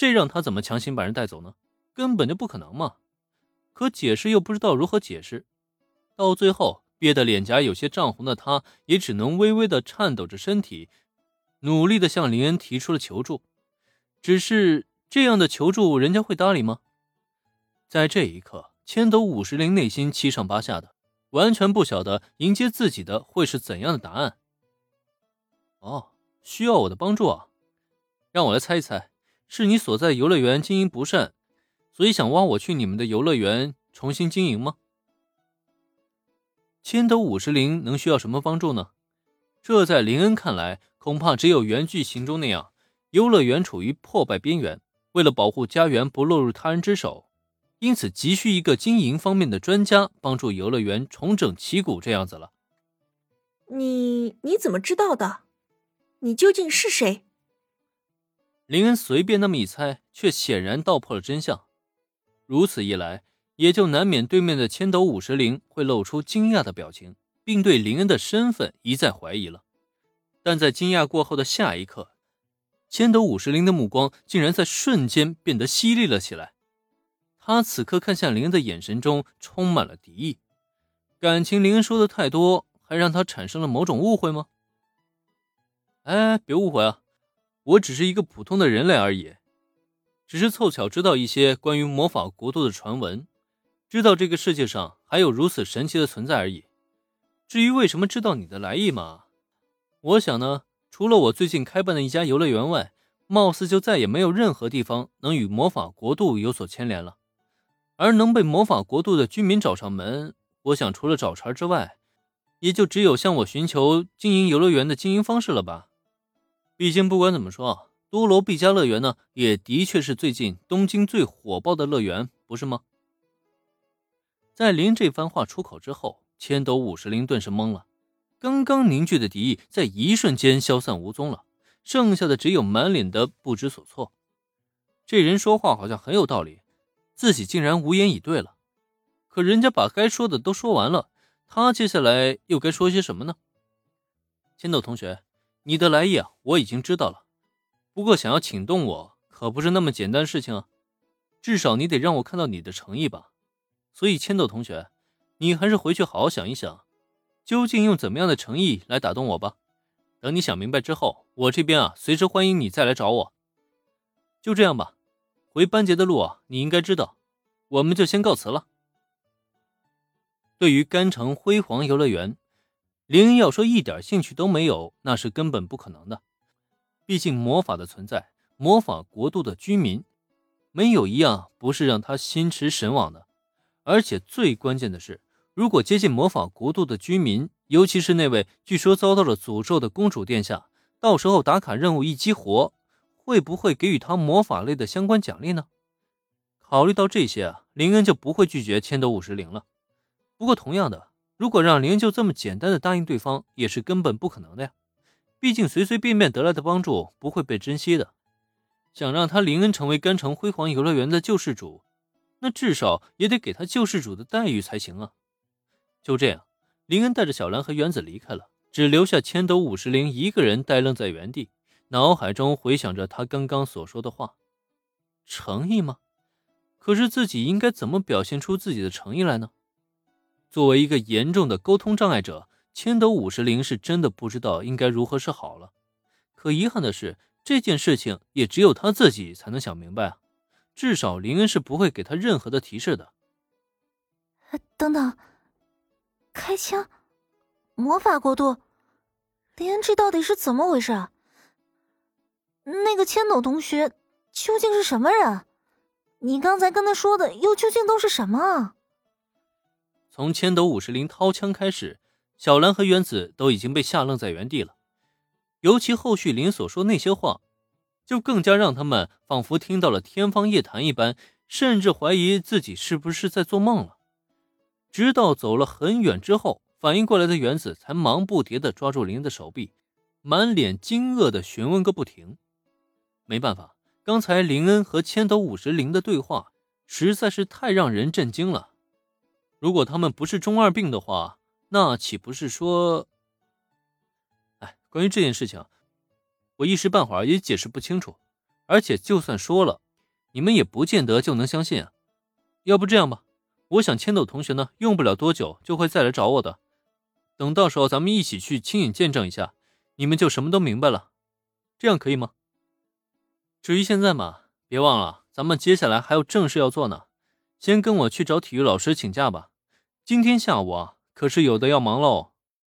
这让他怎么强行把人带走呢？根本就不可能嘛。可解释又不知道如何解释，到最后憋得脸颊有些涨红的他，也只能微微的颤抖着身体，努力的向林恩提出了求助。只是这样的求助人家会搭理吗？在这一刻，千斗五十铃内心七上八下的，完全不晓得迎接自己的会是怎样的答案。哦，需要我的帮助啊？让我来猜一猜，是你所在的游乐园经营不善，所以想挖我去你们的游乐园重新经营吗？千斗五十铃能需要什么帮助呢？这在林恩看来，恐怕只有原剧情中那样，游乐园处于破败边缘，为了保护家园不落入他人之手，因此急需一个经营方面的专家帮助游乐园重整旗鼓这样子了。 你怎么知道的？你究竟是谁？ 林恩随便那么一猜，却显然道破了真相。如此一来，也就难免对面的千斗五十铃会露出惊讶的表情，并对林恩的身份一再怀疑了。但在惊讶过后的下一刻，千斗五十铃的目光竟然在瞬间变得犀利了起来。他此刻看向林恩的眼神中充满了敌意。感情林恩说的太多，还让他产生了某种误会吗？哎，别误会啊，我只是一个普通的人类而已，只是凑巧知道一些关于魔法国度的传闻，知道这个世界上还有如此神奇的存在而已。至于为什么知道你的来意嘛，我想呢，除了我最近开办的一家游乐园外，貌似就再也没有任何地方能与魔法国度有所牵连了。而能被魔法国度的居民找上门，我想除了找茬之外，也就只有向我寻求经营游乐园的经营方式了吧。毕竟不管怎么说，多罗毕加乐园呢，也的确是最近东京最火爆的乐园，不是吗？在林这番话出口之后，千斗五十铃顿时懵了，刚刚凝聚的敌意在一瞬间消散无踪了，剩下的只有满脸的不知所措。这人说话好像很有道理，自己竟然无言以对了。可人家把该说的都说完了，他接下来又该说些什么呢？千斗同学，你的来意啊，我已经知道了。不过想要请动我，可不是那么简单的事情啊。至少你得让我看到你的诚意吧。所以千斗同学，你还是回去好好想一想，究竟用怎么样的诚意来打动我吧。等你想明白之后，我这边啊，随时欢迎你再来找我。就这样吧，回班杰的路啊，你应该知道。我们就先告辞了。对于甘城辉煌游乐园，林恩要说一点兴趣都没有，那是根本不可能的。毕竟魔法的存在，魔法国度的居民，没有一样不是让他心驰神往的。而且最关键的是，如果接近魔法国度的居民，尤其是那位据说遭到了诅咒的公主殿下，到时候打卡任务一激活，会不会给予他魔法类的相关奖励呢？考虑到这些啊，林恩就不会拒绝千斗五十铃了。不过同样的，如果让林恩就这么简单的答应对方，也是根本不可能的呀。毕竟随随便便得来的帮助不会被珍惜的。想让他林恩成为甘城辉煌游乐园的救世主，那至少也得给他救世主的待遇才行啊。就这样，林恩带着小兰和原子离开了，只留下千斗五十铃一个人呆愣在原地，脑海中回想着他刚刚所说的话。诚意吗？可是自己应该怎么表现出自己的诚意来呢？作为一个严重的沟通障碍者，千斗五十铃是真的不知道应该如何是好了。可遗憾的是，这件事情也只有他自己才能想明白啊。至少林恩是不会给他任何的提示的。 等等，开枪？魔法国度？林恩这到底是怎么回事啊？那个千斗同学究竟是什么人？你刚才跟他说的又究竟都是什么啊？ 从千斗五十铃掏枪开始，小兰和原子都已经被吓愣在原地了。尤其后续林所说那些话，就更加让他们仿佛听到了天方夜谭一般，甚至怀疑自己是不是在做梦了。直到走了很远之后，反应过来的原子才忙不迭地抓住林恩的手臂，满脸惊愕地询问个不停。没办法，刚才林恩和千斗五十铃的对话实在是太让人震惊了。如果他们不是中二病的话，那岂不是说……关于这件事情，我一时半会儿也解释不清楚，而且就算说了， 你们也不见得就能相信啊。要不这样吧，我想千斗同学呢，用不了多久就会再来找我的。等到时候咱们一起去亲眼见证一下，你们就什么都明白了。这样可以吗？至于现在嘛，别忘了，咱们接下来还有正事要做呢。先跟我去找体育老师请假吧。今天下午啊，可是有的要忙喽。